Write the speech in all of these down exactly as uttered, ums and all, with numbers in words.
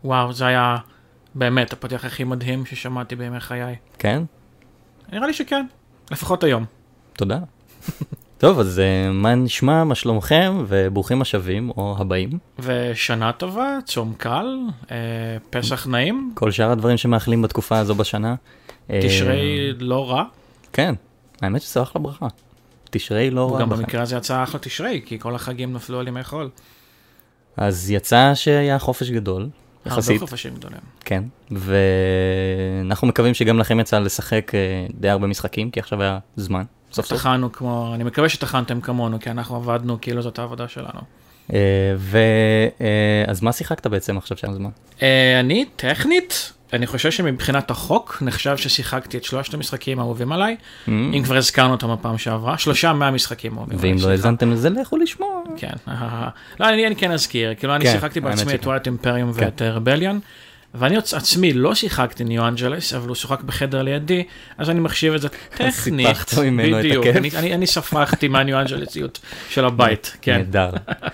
וואו, זה היה באמת הפתיח הכי מדהים ששמעתי בימי חיי. כן? נראה לי שכן, לפחות היום. תודה. טוב, אז uh, מה נשמע, מה שלומכם, וברוכים השבים, או הבאים. ושנה טובה, צום קל, אה, פסח נעים. כל שאר הדברים שמאכלים בתקופה הזו בשנה. תשרי לא רע. כן, האמת שזה אחלה ברכה. תשרי לא רע. גם במקרה הזה יצא אחלה תשרי, כי כל החגים נפלו על ימי חול. אז יצא שהיה חופש גדול, יחסית. הרבה חופשים גדולים. כן, ואנחנו מקווים שגם לכם יצא לשחק די הרבה משחקים, כי עכשיו היה זמן. תחנו כמו, אני מקווה שתחנתם כמונו, כי אנחנו עבדנו כאילו זאת העבודה שלנו. אז מה שיחקת בעצם עכשיו שם זמן? אני טכנית, אני חושב שמבחינת החוק נחשב ששיחקתי את שלושת המשחקים האהובים עליי, אם כבר הזכרנו אותם הפעם שעברה, שלושה מהמשחקים האהובים עליי. ואם לא הזנתם לזה, לכו לשמוע. כן, לא, אני כן אזכיר, כאילו אני שיחקתי בעצמי את טווילייט אימפריום ואת רבליון, ואני עצמי לא שיחקתי ניו אנג'לס, אבל הוא שוחק בחדר לידי, אז אני מחשיב את זה טכנית. סיפחת ממנו את הכיף. אני ספחתי מהניו אנג'לסיות של הבית, כן. נהדר.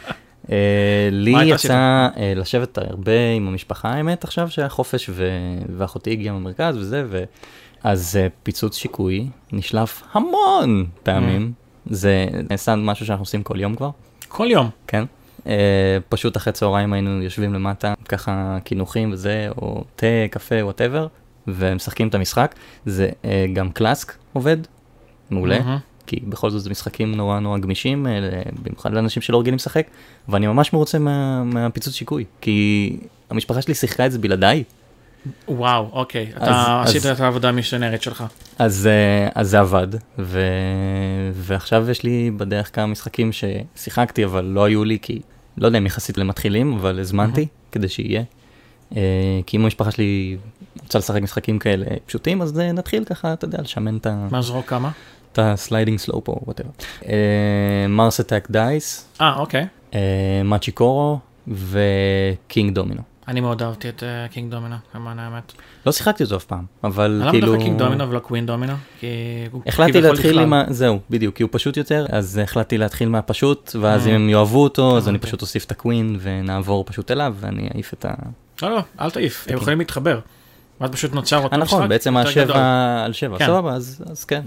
לי יצא לשבת הרבה עם המשפחה, האמת, עכשיו שהיה חופש ואחותי הגיעה במרכז וזה, אז פיצוץ שיקוי נשלף המון פעמים. זה נעשה משהו שאנחנו עושים כל יום כבר. כל יום? כן. פשוט אחרי צהריים היינו יושבים למטה, ככה כינוחים וזה, או תה, קפה, whatever, ומשחקים את המשחק. זה גם קלאסק עובד, מעולה. כי בכל זאת זה משחקים נורא נורא גמישים, במיוחד לאנשים שלא רגילים לשחק, ואני ממש מרוצה מה, מהפיצוץ שיקוי, כי המשפחה שלי שיחקה את זה בלעדיי. וואו, אוקיי, אתה עשית את העבודה המשתנרת שלך. אז, אז זה עבד, ו, ועכשיו יש לי בדרך כמה משחקים ששיחקתי, אבל לא היו לי, כי לא יודע אם יחסית למתחילים, אבל הזמנתי כדי שיהיה. כי אם המשפחה שלי רוצה לשחק משחקים כאלה פשוטים, אז נתחיל ככה, אתה יודע, לשמן את ה... מה זרוק כמה? את הסליידינג סלופ או whatever. מרס אטאק דייס. אה, אוקיי. מאצ'י קורו וקינג דומינו. אני מאוד אהבתי את קינג דומינו, למען האמת. לא שיחקתי אותו אף פעם, אבל כאילו... כאילו... למה דווקא קינג דומינו ולא קווין דומינו? החלטתי להתחיל עם ה... זהו, בדיוק, כי הוא פשוט יותר, אז החלטתי להתחיל מהפשוט, ואז אם הם יאהבו אותו, אז אני פשוט אוסיף את הקווין, ונעבור פשוט אליו, ואני אעיף את ה... לא, לא, אל תעיף, הם יכולים להתחבר. ואז פשוט נוצר אותו משחק. נכון, בעצם השבע על שבע, סבבה, אז כן.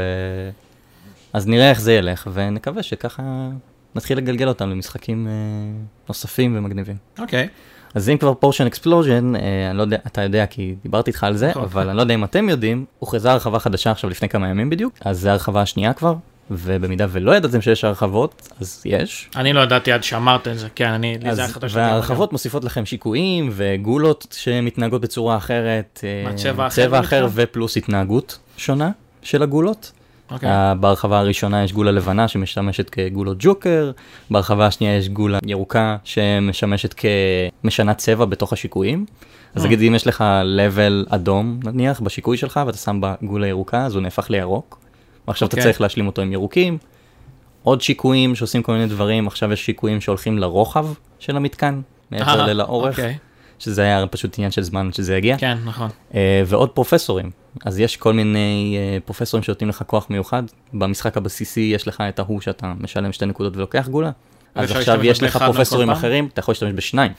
אז נראה איך זה ילך, ונקווה שככה נתחיל לגלגל אותם למשחקים נוספים ומגניבים. אוקיי. אז אם כבר פורשן אקספלוז'ן, אני לא יודע, אתה יודע, כי דיברתי איתך על זה, אבל אני לא יודע אם אתם יודעים, הוכרזה הרחבה חדשה עכשיו לפני כמה ימים בדיוק, אז זה הרחבה השנייה כבר, ובמידה ולא ידעתם שיש הרחבות, אז יש. אני לא ידעתי עד שאמרת את זה, כן, אני... וההרחבות מוסיפות לכם שיקויים וגולות שמתנהגות בצורה אחרת, צבע אחר ופלוס התנהגות שונה של הגולות. בהרחבה הראשונה יש גולה לבנה שמשמשת כגולות ג'וקר, בהרחבה השנייה יש גולה ירוקה שמשמשת כמשנת צבע בתוך השיקויים. אז נגיד אם יש לך לבל אדום נניח בשיקוי שלך ואתה שם בגולה ירוקה, אז הוא נהפך לירוק. ועכשיו אתה צריך להשלים אותו עם ירוקים. עוד שיקויים שעושים כל מיני דברים, עכשיו יש שיקויים שהולכים לרוחב של המתקן, מעבר לאורך, שזה היה פשוט עניין של זמן שזה יגיע. כן, נכון. ועוד פרופסורים. אז יש כל מיני פרופסורים שנותנים לך כוח מיוחד. במשחק הבסיסי יש לך את ההוא שאתה משלם שתי נקודות ולוקח גולה. אז עכשיו יש לך פרופסורים אחרים, אתה יכול להשתמש בשניים.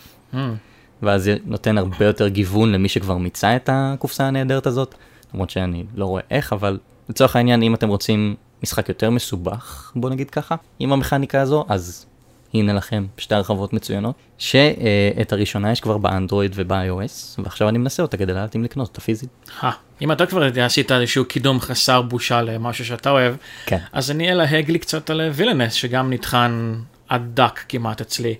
ואז זה נותן הרבה יותר גיוון למי שכבר מיצה את הקופסה הנהדרת הזאת. למרות שאני לא רואה איך, אבל לצורך העניין, אם אתם רוצים משחק יותר מסובך, בוא נגיד ככה, עם המכניקה הזו, אז הנה לכם שתי הרחבות מצוינות, שאת הראשונה יש כבר באנדרואיד וב-iOS, ועכשיו אני מנסה אותה כדי לדעת אם לקנות אותה פיזית. אם אתה כבר עשית איזשהו קידום חסר בושה למשהו שאתה אוהב, אז אני אלהג לי קצת על וילנס, שגם נטחן עד דק כמעט אצלי.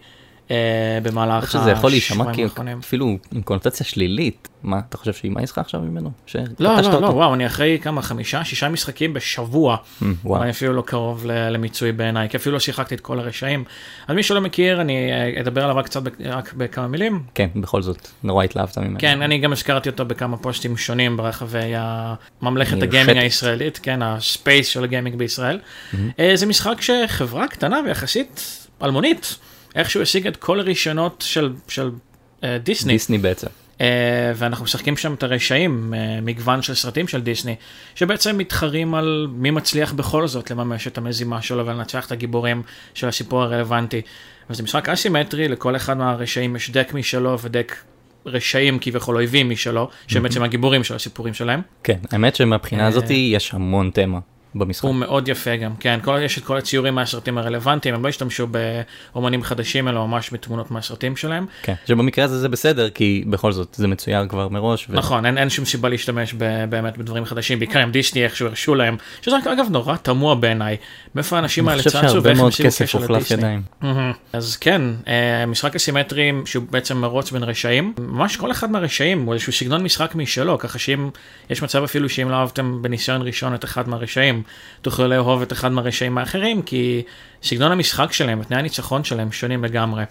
במהלך שזה יכול להישמע אפילו עם קונוטציה שלילית. מה, אתה חושב שהיא מה ישחה עכשיו ממנו? לא, לא, לא, וואו, אני אחרי כמה, חמישה, שישה משחקים בשבוע, ואני אפילו לא קרוב למיצוי בעיניי, כי אפילו לא שיחקתי את כל הרשעים. אז מי שלא מכיר, אני אדבר עליו קצת רק בכמה מילים. כן, בכל זאת, נורא התלהבת ממנו. כן, אני גם הזכרתי אותו בכמה פוסטים שונים ברחבי ממלכת הגיימינג הישראלית, כן, הספייס של הגיימינג בישראל. זה משחק שחברה קטנה ויחסית אלמונית, איכשהו השיג את כל הרישיונות של, של uh, דיסני. דיסני בעצם. Uh, ואנחנו משחקים שם את הרשעים, uh, מגוון של סרטים של דיסני, שבעצם מתחרים על מי מצליח בכל זאת לממש את המזימה שלו ולנצח את הגיבורים של הסיפור הרלוונטי. וזה משחק אסימטרי, לכל אחד מהרשעים יש דק משלו ודק רשעים כביכול אויבים משלו, שהם בעצם הגיבורים של הסיפורים שלהם. כן, האמת שמבחינה הזאת יש המון תמה במשחק. הוא מאוד יפה גם, כן, כל, יש את כל הציורים מהסרטים הרלוונטיים, הם לא השתמשו באומנים חדשים, אלא ממש בתמונות מהסרטים שלהם. כן, שבמקרה הזה זה בסדר, כי בכל זאת זה מצויר כבר מראש. ו... נכון, אין, אין שום סיבה להשתמש ב, באמת בדברים חדשים, בעיקר עם דיסני, איך שהרשו להם, שזה אגב נורא תמוה בעיניי, מאיפה האנשים האלה צצו ואיך הם עושים קשר לדיסני. אז כן, משחק הסימטרי שהוא בעצם מרוץ בין רשעים, ממש כל אחד מהרשעים הוא איזשהו סגנון משחק משלו, ככה שאם יש מצב אפילו שאם לא אהבתם בניסיון ראשון את אחד מהרשעים, תוכלו לאהוב את אחד מהרשעים האחרים, כי סגנון המשחק שלהם, תנאי הניצחון שלהם שונים לגמרי.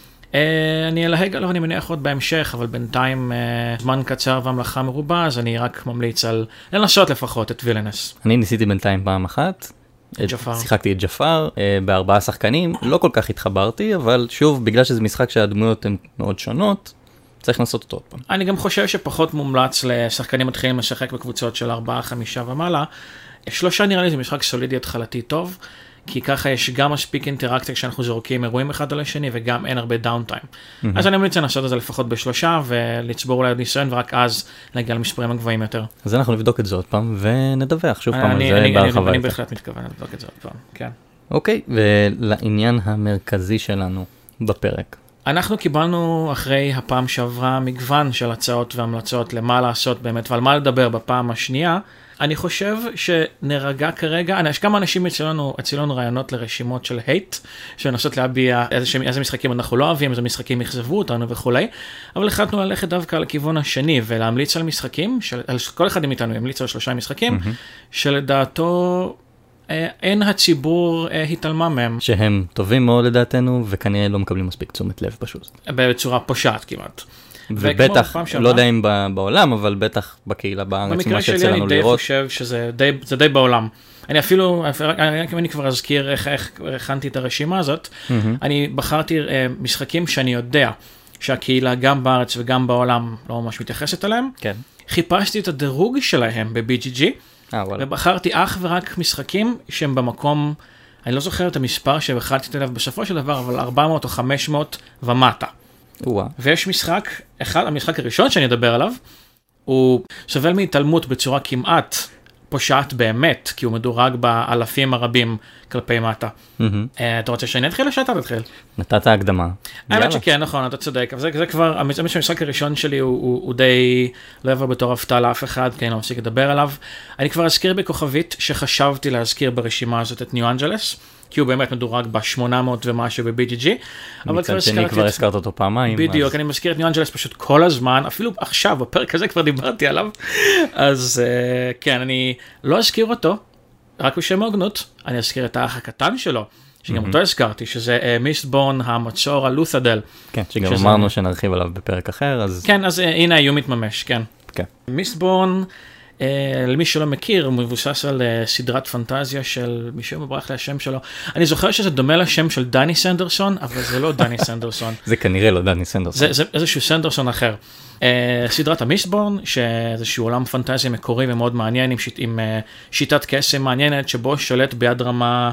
אני אלהג עליו, אני מניח עוד בהמשך, אבל בינתיים זמן קצר והמלאכה מרובה, אז אני רק ממליץ על לנסות לפחות את וילנס. אני ניסיתי בינתיים פעם אחת, שיחקתי את ג'פר בארבעה שחקנים, לא כל כך התחברתי, אבל שוב, בגלל שזה משחק שהדמויות הן מאוד שונות, צריך לנסות אותו עוד פעם. אני גם חושב שפחות מומלץ לשחקנים מתחילים לשחק בקבוצות של ארבעה, חמישה ומעלה. שלושה נראה לי זה משחק סולידי התחלתי טוב, כי ככה יש גם מספיק אינטראקציה כשאנחנו זורקים אירועים אחד על השני, וגם אין הרבה דאונטיים. Mm-hmm. אז אני ממליץ לנסות את זה לפחות בשלושה, ולצבור אולי עוד ניסיון, ורק אז להגיע למספרים הגבוהים יותר. אז אנחנו נבדוק את זה עוד פעם, ונדווח שוב פעם על זה בהרחבה. אני בהחלט מתכוון לבדוק את זה עוד פעם, כן. אוקיי, ולעניין המרכזי שלנו בפרק. אנחנו קיבלנו אחרי הפעם שעברה מגוון של הצעות והמלצות למה לעשות באמת, ועל מה לדבר בפעם השנייה. אני חושב שנרגע כרגע, יש כמה אנשים אצלנו, אצלנו רעיונות לרשימות של הייט, שנסות להביע איזה, איזה משחקים אנחנו לא אוהבים, איזה משחקים יחזבו אותנו וכולי, אבל החלטנו ללכת דווקא לכיוון השני, ולהמליץ על משחקים, של, על כל אחד מאיתנו ימליץ על שלושה משחקים, mm-hmm. שלדעתו אין הציבור התעלמה מהם. שהם טובים מאוד לדעתנו, וכנראה לא מקבלים מספיק תשומת לב פשוט. בצורה פושעת כמעט. ובטח, לא יודע אם בעולם, אבל בטח בקהילה בארץ, מה שיצא לנו לראות. במקרה שלי אני די חושב שזה די, זה די בעולם. אני אפילו, אם אני כבר אזכיר איך, איך הכנתי את הרשימה הזאת, mm-hmm. אני בחרתי משחקים שאני יודע שהקהילה גם בארץ וגם בעולם לא ממש מתייחסת אליהם. כן. חיפשתי את הדירוג שלהם ב-בי ג'י ג'י, אה, וואלה. ובחרתי אך ורק משחקים שהם במקום, אני לא זוכר את המספר שבחרתי אליו בסופו של דבר, אבל ארבע מאות או חמש מאות ומטה. וואו. ויש משחק, אחד, המשחק הראשון שאני אדבר עליו, הוא סובל מהתעלמות בצורה כמעט פושעת באמת, כי הוא מדורג באלפים הרבים כלפי מטה. Mm-hmm. Uh, אתה רוצה שאני אתחיל או שאתה תתחיל? נתת הקדמה. האמת שכן, נכון, אתה צודק. אבל זה, זה כבר, המשחק הראשון שלי הוא, הוא, הוא די לא יבוא בתור הפתעה לאף אחד, כי אני לא מפסיק לדבר עליו. אני כבר אזכיר בכוכבית שחשבתי להזכיר ברשימה הזאת את ניו אנג'לס, כי הוא באמת מדורג ב-שמונה מאות ומשהו ב-בי ג'י ג'י. מצד שני כבר הזכרת אותו פעמיים. בדיוק, אני מזכיר את ניו אנג'לס פשוט כל הזמן, אפילו עכשיו, בפרק הזה כבר דיברתי עליו. אז כן, אני לא אזכיר אותו, רק בשם ההוגנות, אני אזכיר את האח הקטן שלו, שגם אותו הזכרתי, שזה מיסטבורן המצור הלות'דל. כן, שגם אמרנו שנרחיב עליו בפרק אחר, אז... כן, אז הנה האיום מתממש, כן. מיסטבורן, למי שלא מכיר, הוא מבוסס על סדרת פנטזיה של מישהו מברח להשם שלו. אני זוכר שזה דומה לשם של דני סנדרסון, אבל זה לא דני סנדרסון. זה כנראה לא דני סנדרסון. זה איזשהו סנדרסון אחר. סדרת המיסטבורן, שאיזשהו עולם פנטזיה מקורי ומאוד מעניין, עם שיטת קסם מעניינת, שבו שולט ביד רמה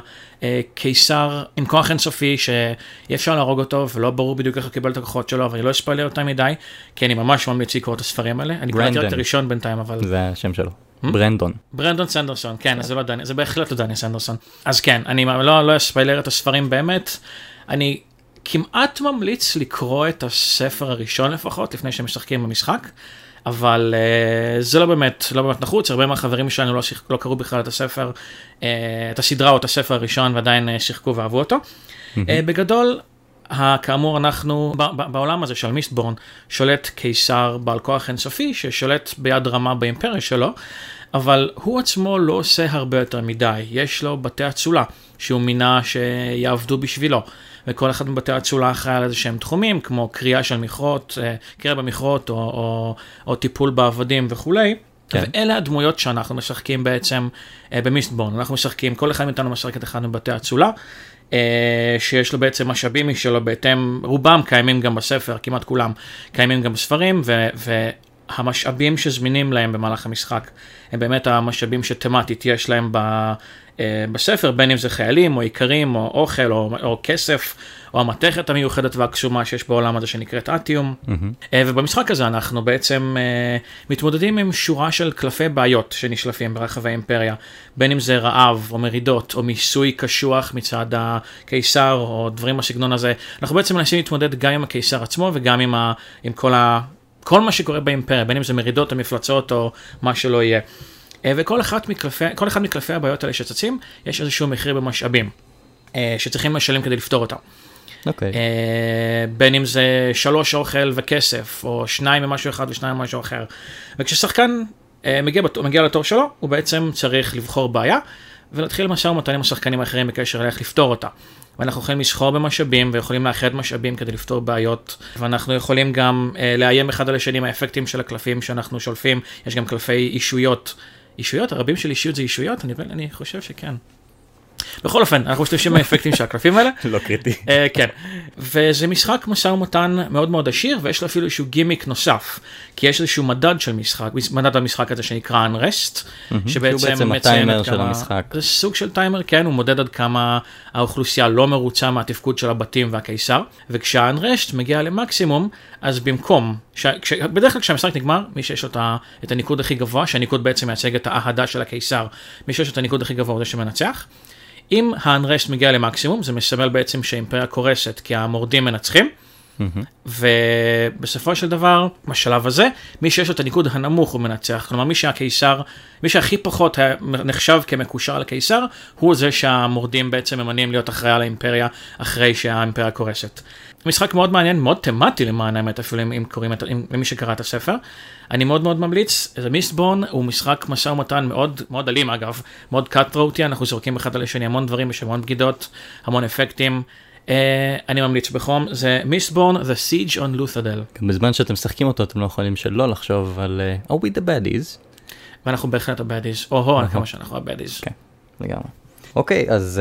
קיסר עם כוח אינסופי, שאי אפשר להרוג אותו, ולא ברור בדיוק איך הוא קיבל את הכוחות שלו, אבל אני לא אספיילר אותם מדי, כי אני ממש ממליץ לקרוא את הספרים האלה. אני קראתי רק את הראשון בינתיים, אבל... זה השם שלו. ברנדון. ברנדון סנדרסון, כן, אז זה לא דני, זה בהחלט לא דני סנדרסון. אז כן, אני לא אספיילר את הספרים באמת. אני כמעט ממליץ לקרוא את הספר הראשון לפחות, לפני שהם משחקים במשחק, אבל uh, זה לא באמת, לא באמת נחוץ, הרבה מהחברים שלנו לא, לא קראו בכלל את הספר, uh, את הסדרה או את הספר הראשון, ועדיין uh, שיחקו ואהבו אותו. Mm-hmm. Uh, בגדול, כאמור אנחנו, ב- ב- בעולם הזה של מיסטבורן, שולט קיסר בעל כוח אינסופי, ששולט ביד רמה באימפריה שלו, אבל הוא עצמו לא עושה הרבה יותר מדי, יש לו בתי אצולה, שהוא מינה שיעבדו בשבילו, וכל אחד מבתי האצולה אחראי על איזה שהם תחומים, כמו קריאה של מכרות, קריאה במכרות, או, או, או טיפול בעבדים וכולי. כן. ואלה הדמויות שאנחנו משחקים בעצם במיסטבורן. אנחנו משחקים, כל אחד מאיתנו משחק את אחד מבתי האצולה, שיש לו בעצם משאבים משלו, בהתאם, רובם קיימים גם בספר, כמעט כולם קיימים גם בספרים, ו... ו המשאבים שזמינים להם במהלך המשחק, הם באמת המשאבים שתמטית יש להם ב, אה, בספר, בין אם זה חיילים או עיקרים או אוכל או, או כסף, או המתכת המיוחדת והקסומה שיש בעולם הזה שנקראת אטיום. Mm-hmm. אה, ובמשחק הזה אנחנו בעצם אה, מתמודדים עם שורה של קלפי בעיות שנשלפים ברחבי האימפריה, בין אם זה רעב או מרידות או מיסוי קשוח מצד הקיסר או דברים בסגנון הזה. אנחנו בעצם מנסים להתמודד גם עם הקיסר עצמו וגם עם, ה, עם כל ה... כל מה שקורה באימפריה, בין אם זה מרידות או מפלצות או מה שלא יהיה. וכל אחד מקלפי, כל אחד מקלפי הבעיות האלה שצצים, יש איזשהו מחיר במשאבים, שצריכים לשלם כדי לפתור אותם. אוקיי. Okay. בין אם זה שלוש אוכל וכסף, או שניים ממשהו אחד ושניים ממשהו אחר. וכששחקן מגיע, מגיע לתור שלו, הוא בעצם צריך לבחור בעיה, ולהתחיל משא ומתן עם השחקנים האחרים בקשר לאיך לפתור אותה. ואנחנו יכולים לסחור במשאבים, ויכולים לאחד משאבים כדי לפתור בעיות, ואנחנו יכולים גם אה, לאיים אחד על השני מהאפקטים של הקלפים שאנחנו שולפים, יש גם קלפי אישויות. אישויות? הרבים של אישיות זה אישויות? אני, אני חושב שכן. בכל אופן, אנחנו משתמשים מהאפקטים של הקלפים האלה. לא קריטי. אה, כן. וזה משחק משא ומתן מאוד מאוד עשיר, ויש לו אפילו איזשהו גימיק נוסף, כי יש איזשהו מדד של משחק, מדד המשחק הזה שנקרא Unrest, שבעצם הטיימר של המשחק. זה סוג של טיימר, כן, הוא מודד עד כמה האוכלוסייה לא מרוצה מהתפקוד של הבתים והקיסר, וכשה-Unrest מגיע למקסימום, אז במקום, בדרך כלל כשהמשחק נגמר, מי שיש לו את הניקוד הכי גבוה, שהניקוד בעצם מייצג את האהדה של הקיסר, מי שיש לו את הניקוד הכי גבוה הוא זה שמנצח. אם האנרסט מגיע למקסימום, זה מסמל בעצם שהאימפריה קורסת, כי המורדים מנצחים, mm-hmm. ובסופו של דבר, בשלב הזה, מי שיש לו את הניקוד הנמוך הוא מנצח, כלומר מי שהקיסר, מי שהכי פחות נחשב כמקושר לקיסר, הוא זה שהמורדים בעצם ממנים להיות אחראי על האימפריה, אחרי שהאימפריה קורסת. משחק מאוד מעניין, מאוד תמטי למען האמת, אפילו אם קוראים את, אם, למי שקרא את הספר. אני מאוד מאוד ממליץ, The Mistborn הוא משחק משא ומתן מאוד, מאוד אלים אגב, מאוד cutthroat, אנחנו זורקים אחד על השני המון דברים, יש המון בגידות, המון אפקטים. Uh, אני ממליץ בחום, זה Mistborn, The Siege on Luthadel. גם בזמן שאתם משחקים אותו, אתם לא יכולים שלא לחשוב על uh, Are we the baddies? ואנחנו בהחלט ה-baddies, או-הו, אני כמה שאנחנו ה-baddies. כן, לגמרי. אוקיי, אז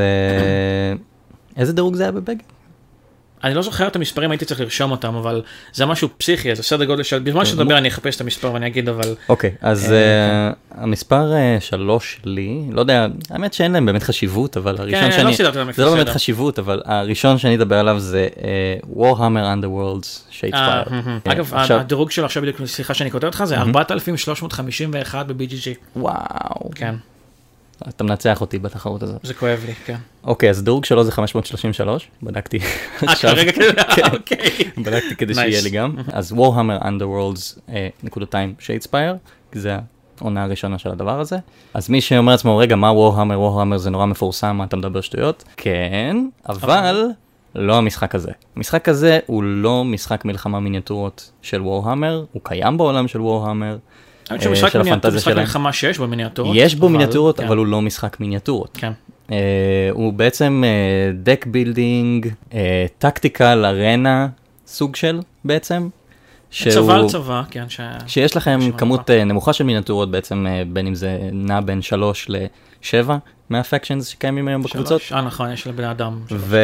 uh, איזה דירוג זה היה בבגד? אני לא זוכר את המספרים, הייתי צריך לרשום אותם, אבל זה משהו פסיכי, זה סדר גודל של... בזמן שתדבר אני אחפש את המספר ואני אגיד, אבל... אוקיי, אז המספר שלוש לי, לא יודע, האמת שאין להם באמת חשיבות, אבל הראשון שאני... זה לא באמת חשיבות, אבל הראשון שאני אדבר עליו זה Warhammer Underworlds Shadespire. אגב, הדירוג שלו עכשיו בדיוק, סליחה שאני כותב אותך, זה ארבעת אלפים שלוש מאות חמישים ואחת ב-בי ג'י ג'י. וואו. כן. אתה מנצח אותי בתחרות הזאת. זה כואב לי, כן. אוקיי, אז דירוג שלו זה חמש מאות שלושים ושלוש, בדקתי. אה, כרגע כזה, אוקיי. בדקתי כדי שיהיה לי גם. אז Warhammer Underworlds נקודתיים Shadespire, זה העונה הראשונה של הדבר הזה. אז מי שאומר לעצמו, רגע, מה Warhammer? Warhammer זה נורא מפורסם, מה אתה מדבר שטויות? כן, אבל לא המשחק הזה. המשחק הזה הוא לא משחק מלחמה מיניאטורות של Warhammer, הוא קיים בעולם של Warhammer. משחק מלחמה שיש בו מיניאטורות. יש בו מיניאטורות, אבל הוא לא משחק מיניאטורות. כן. הוא בעצם דק בילדינג, טקטיקל ארנה, סוג של בעצם. צבא על צבא, כן. שיש לכם כמות נמוכה של מיניאטורות, בעצם בין אם זה נע בין שלוש לשבע מהפקשנס שקיימים היום בקבוצות. אה נכון, יש לבני אדם.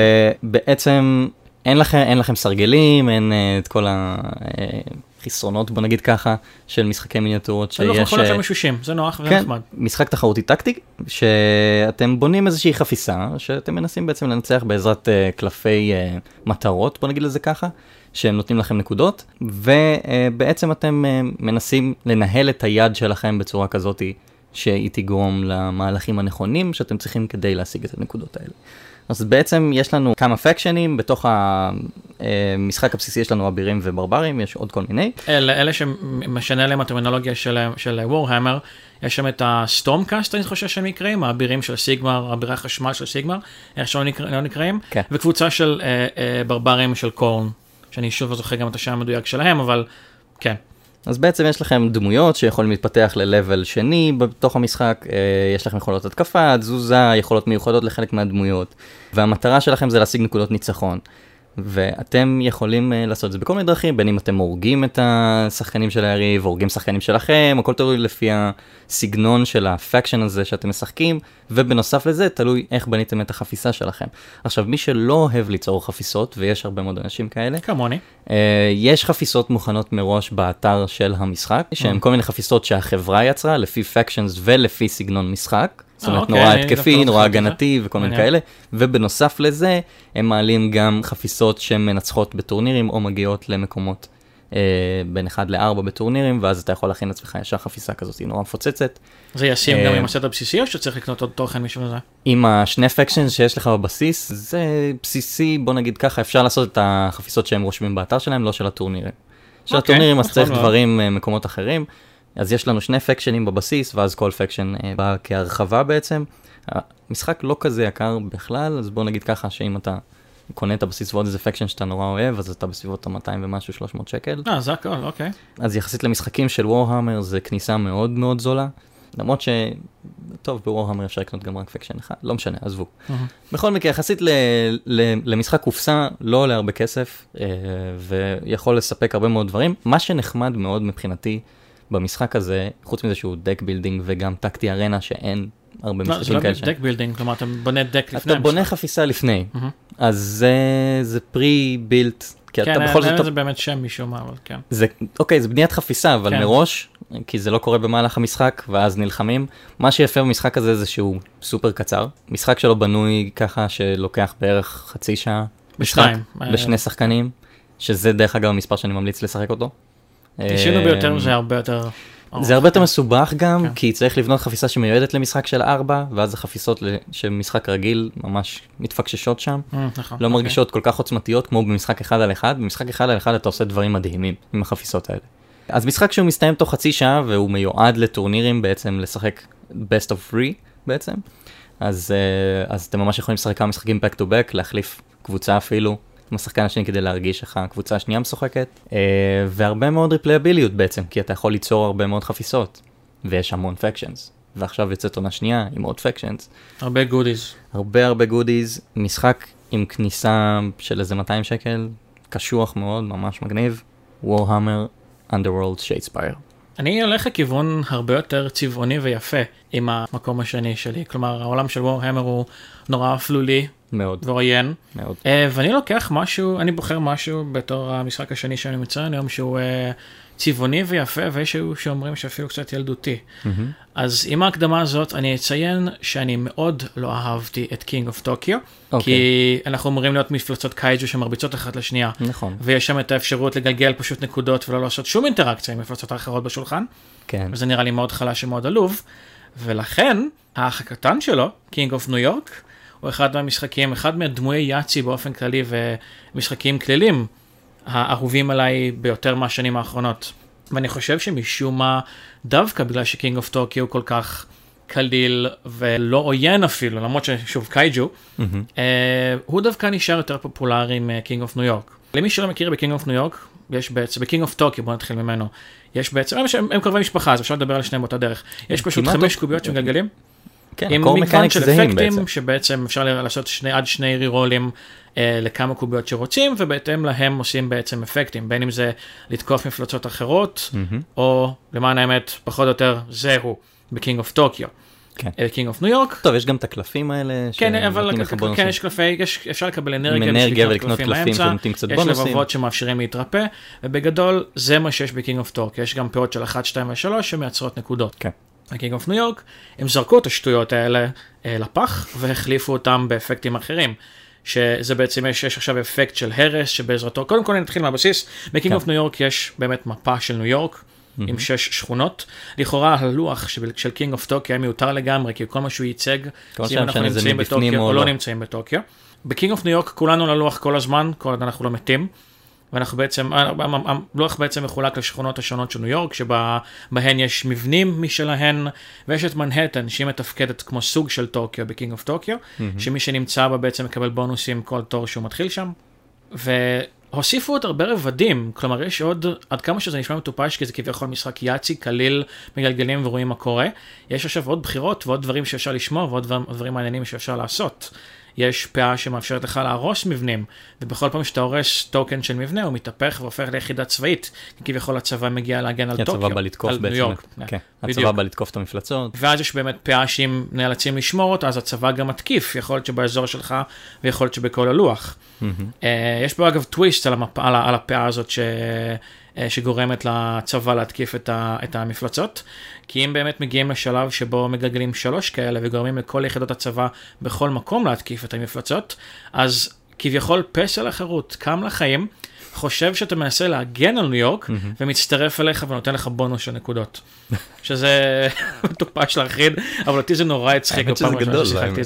ובעצם אין לכם, אין לכם סרגלים, אין את כל ה... חסרונות, בוא נגיד ככה, של משחקי מיניאטורות שיש... זה לא יכול להיות משושים, זה נוח ונחמד. כן, משחק תחרותי טקטי, שאתם בונים איזושהי חפיסה, שאתם מנסים בעצם לנצח בעזרת uh, קלפי uh, מטרות, בוא נגיד לזה ככה, שהם נותנים לכם נקודות, ובעצם אתם uh, מנסים לנהל את היד שלכם בצורה כזאת, שהיא תגרום למהלכים הנכונים שאתם צריכים כדי להשיג את הנקודות האלה. אז בעצם יש לנו כמה פקשנים, בתוך המשחק הבסיסי יש לנו אבירים וברברים, יש עוד כל מיני. אלה, אלה שמשנה להם הטרמינולוגיה של, של Warhammer, יש שם את הסטורמקאסט, אני חושב שהם נקראים, האבירים של סיגמר, אבירי החשמל של סיגמר, איך שלא נקרא, לא נקראים, כן. וקבוצה של אה, אה, ברברים של קורן, שאני שוב לא זוכר גם את השם המדויק שלהם, אבל כן. אז בעצם יש לכם דמויות שיכולים להתפתח ל-level שני בתוך המשחק, יש לכם יכולות התקפה, תזוזה, יכולות מיוחדות לחלק מהדמויות, והמטרה שלכם זה להשיג נקודות ניצחון. ואתם יכולים לעשות את זה בכל מיני דרכים, בין אם אתם הורגים את השחקנים של היריב, הורגים שחקנים שלכם, הכל תלוי לפי הסגנון של הפקשן הזה שאתם משחקים, ובנוסף לזה תלוי איך בניתם את החפיסה שלכם. עכשיו, מי שלא אוהב ליצור חפיסות, ויש הרבה מאוד אנשים כאלה, כמוני, יש חפיסות מוכנות מראש באתר של המשחק, שהן כל מיני חפיסות שהחברה יצרה, לפי פקשנס ולפי סגנון משחק, זאת אומרת, נורא התקפי, נורא הגנתי וכל מיני כאלה, ובנוסף לזה, הם מעלים גם חפיסות שמנצחות בטורנירים, או מגיעות למקומות בין אחד לארבע בטורנירים, ואז אתה יכול להכין לעצמך ישר חפיסה כזאת, היא נורא מפוצצת. זה ישים גם עם הסט הבסיסי, או שצריך לקנות עוד תוכן משום זה? עם השני פקשנס שיש לך בבסיס, זה בסיסי, בוא נגיד ככה, אפשר לעשות את החפיסות שהם רושמים באתר שלהם, לא של הטורנירים. של הטורנירים, אז צריך דברים, מקומות אחרים. אז יש לנו שני פקשנים בבסיס, ואז כל פקשן בא כהרחבה בעצם. המשחק לא כזה יקר בכלל, אז בוא נגיד ככה, שאם אתה קונה את הבסיס ועוד איזה פקשן שאתה נורא אוהב, אז אתה בסביבות ה-מאתיים ומשהו, שלוש מאות שקל. אה, זה הכל, אוקיי. אז יחסית למשחקים של וורהמר, זה כניסה מאוד מאוד זולה. למרות ש... טוב, בוורהמר אפשר לקנות גם רק פקשן אחד, לא משנה, עזבו. בכל מקרה, יחסית למשחק קופסה, לא עולה הרבה כסף, ויכול לספק הרבה מאוד דברים. מה שנחמד מאוד מבחינתי, במשחק הזה, חוץ מזה שהוא דק בילדינג וגם טקטי ארנה שאין הרבה משחקים כאלה. זה לא דק בילדינג, כלומר אתה בונה דק לפני. אתה בונה חפיסה לפני, אז זה פרי בילט. כן, זה באמת שם משום מה, אבל כן. אוקיי, זה בניית חפיסה, אבל מראש, כי זה לא קורה במהלך המשחק, ואז נלחמים. מה שיפה במשחק הזה זה שהוא סופר קצר. משחק שלו בנוי ככה שלוקח בערך חצי שעה. בשניים. לשני שחקנים, שזה דרך אגב המספר שאני ממליץ לשחק אותו. תשעינו ביותר זה הרבה יותר... זה הרבה יותר מסובך גם, כי צריך לבנות חפיסה שמיועדת למשחק של ארבע, ואז החפיסות שמשחק רגיל ממש מתפקששות שם. לא מרגישות כל כך עוצמתיות כמו במשחק אחד על אחד. במשחק אחד על אחד אתה עושה דברים מדהימים עם החפיסות האלה. אז משחק שהוא מסתיים תוך חצי שעה, והוא מיועד לטורנירים בעצם לשחק best of three בעצם. אז, אז אתם ממש יכולים לשחק כמה משחקים back to back, להחליף קבוצה אפילו. עם השחקן השני כדי להרגיש איך הקבוצה השנייה משוחקת, והרבה מאוד ריפלייביליות בעצם, כי אתה יכול ליצור הרבה מאוד חפיסות, ויש המון פקשנס, ועכשיו יוצאת עונה שנייה עם עוד פקשנס. הרבה גודיז. הרבה הרבה גודיז, משחק עם כניסה של איזה מאתיים שקל, קשוח מאוד, ממש מגניב, Warhammer Underworld Shadespire. אני הולך לכיוון הרבה יותר צבעוני ויפה עם המקום השני שלי, כלומר העולם של Warhammer הוא נורא אפלולי, מאוד. ועוין. מאוד. Uh, ואני לוקח משהו, אני בוחר משהו בתור המשחק השני שאני מציין היום, שהוא uh, צבעוני ויפה, ויש שאומרים שאפילו קצת ילדותי. Mm-hmm. אז עם ההקדמה הזאת, אני אציין שאני מאוד לא אהבתי את King of Tokyo, okay. כי אנחנו אומרים להיות מפלצות קייג'ו שמרביצות אחת לשנייה. נכון. ויש שם את האפשרות לגלגל פשוט נקודות, ולא לעשות שום אינטראקציה עם מפלצות האחרות בשולחן. כן. וזה נראה לי מאוד חלש ומאוד עלוב. ולכן, האח הקטן שלו, King of New York, הוא אחד מהמשחקים, אחד מהדמויי יאצי באופן כללי ומשחקים כלילים האהובים עליי ביותר מהשנים האחרונות. ואני חושב שמשום מה, דווקא בגלל שקינג אוף טוקיו הוא כל כך קליל ולא עוין אפילו, למרות ששוב קייג'ו, mm-hmm. אה, הוא דווקא נשאר יותר פופולרי מקינג אוף ניו יורק. למי שלא מכיר בקינג אוף ניו יורק, יש בעצם, בקינג אוף טוקיו, בוא נתחיל ממנו, יש בעצם, הם, הם קרובי משפחה, אז אפשר לדבר על שניהם באותה דרך. יש פשוט חמש קוביות שמגלגלים. כן, עם מגוון של אפקטים, שבעצם אפשר לעשות שני, עד שני רירולים אה, לכמה קוביות שרוצים, ובהתאם להם עושים בעצם אפקטים, בין אם זה לתקוף מפלצות אחרות, mm-hmm. או למען האמת, פחות או יותר, זהו, בקינג אוף טוקיו. קינג אוף ניו יורק. טוב, יש גם את הקלפים האלה. כן, אבל כן, יש קלפי, יש, אפשר לקבל אנרגיה, אנרגיה ולקנות קלפים שנותנים קצת בונוסים. יש לבבות שמאפשרים להתרפא, ובגדול, זה מה שיש בקינג אוף טוקיו. יש גם פאות של אחת, שתיים ושלוש שמייצרות נקודות. כן. בקינג אוף ניו יורק, הם זרקו את השטויות האלה אה, לפח, והחליפו אותם באפקטים אחרים. שזה בעצם, יש, יש עכשיו אפקט של הרס, שבעזרתו, קודם כל נתחיל מהבסיס, בקינג אוף ניו יורק יש באמת מפה של ניו יורק, mm-hmm. עם שש שכונות. לכאורה הלוח של, של קינג אוף טוקיו היה מיותר לגמרי, כי כל מה שהוא ייצג, זה אם אנחנו נמצאים בטוקיו או לא נמצאים בטוקיו. בקינג אוף ניו יורק כולנו ללוח כל הזמן, כל עוד אנחנו לא מתים. ואנחנו בעצם, הלוח בעצם מחולק לשכונות השונות של ניו יורק, שבהן יש מבנים משלהן, ויש את מנהטן, שהיא מתפקדת כמו סוג של טוקיו בקינג אוף טוקיו, שמי שנמצא בה בעצם מקבל בונוסים כל תור שהוא מתחיל שם, והוסיפו עוד הרבה רבדים, כלומר יש עוד, עד כמה שזה נשמע מטופש, כי זה כביכול משחק יאצי, קליל, מגלגלים ורואים מה קורה, יש עכשיו עוד בחירות ועוד דברים שאפשר לשמוע, ועוד דברים מעניינים שאפשר לעשות. יש פאה שמאפשרת לך להרוס מבנים, ובכל פעם שאתה הורס טוקן של מבנה, הוא מתהפך והופך ליחידה צבאית, כי כביכול הצבא מגיע להגן על טוקיו. הצבא בא לתקוף בעצם. כן, הצבא בא לתקוף את המפלצות. ואז יש באמת פאה שאם נאלצים לשמור אותה, אז הצבא גם מתקיף, יכול להיות שבאזור שלך, ויכול להיות שבכל הלוח. יש פה אגב טוויסט על הפאה הזאת ש... שגורמת לצבא להתקיף את, ה, את המפלצות, כי אם באמת מגיעים לשלב שבו מגלגלים שלוש כאלה וגורמים לכל יחידות הצבא בכל מקום להתקיף את המפלצות, אז כביכול פסל החירות קם לחיים, חושב שאתה מנסה להגן על ניו יורק, mm-hmm. ומצטרף אליך ונותן לך בונוס של נקודות. שזה מטופש להרחיד, אבל אותי זה נורא הצחיק. האמת שזה גדול.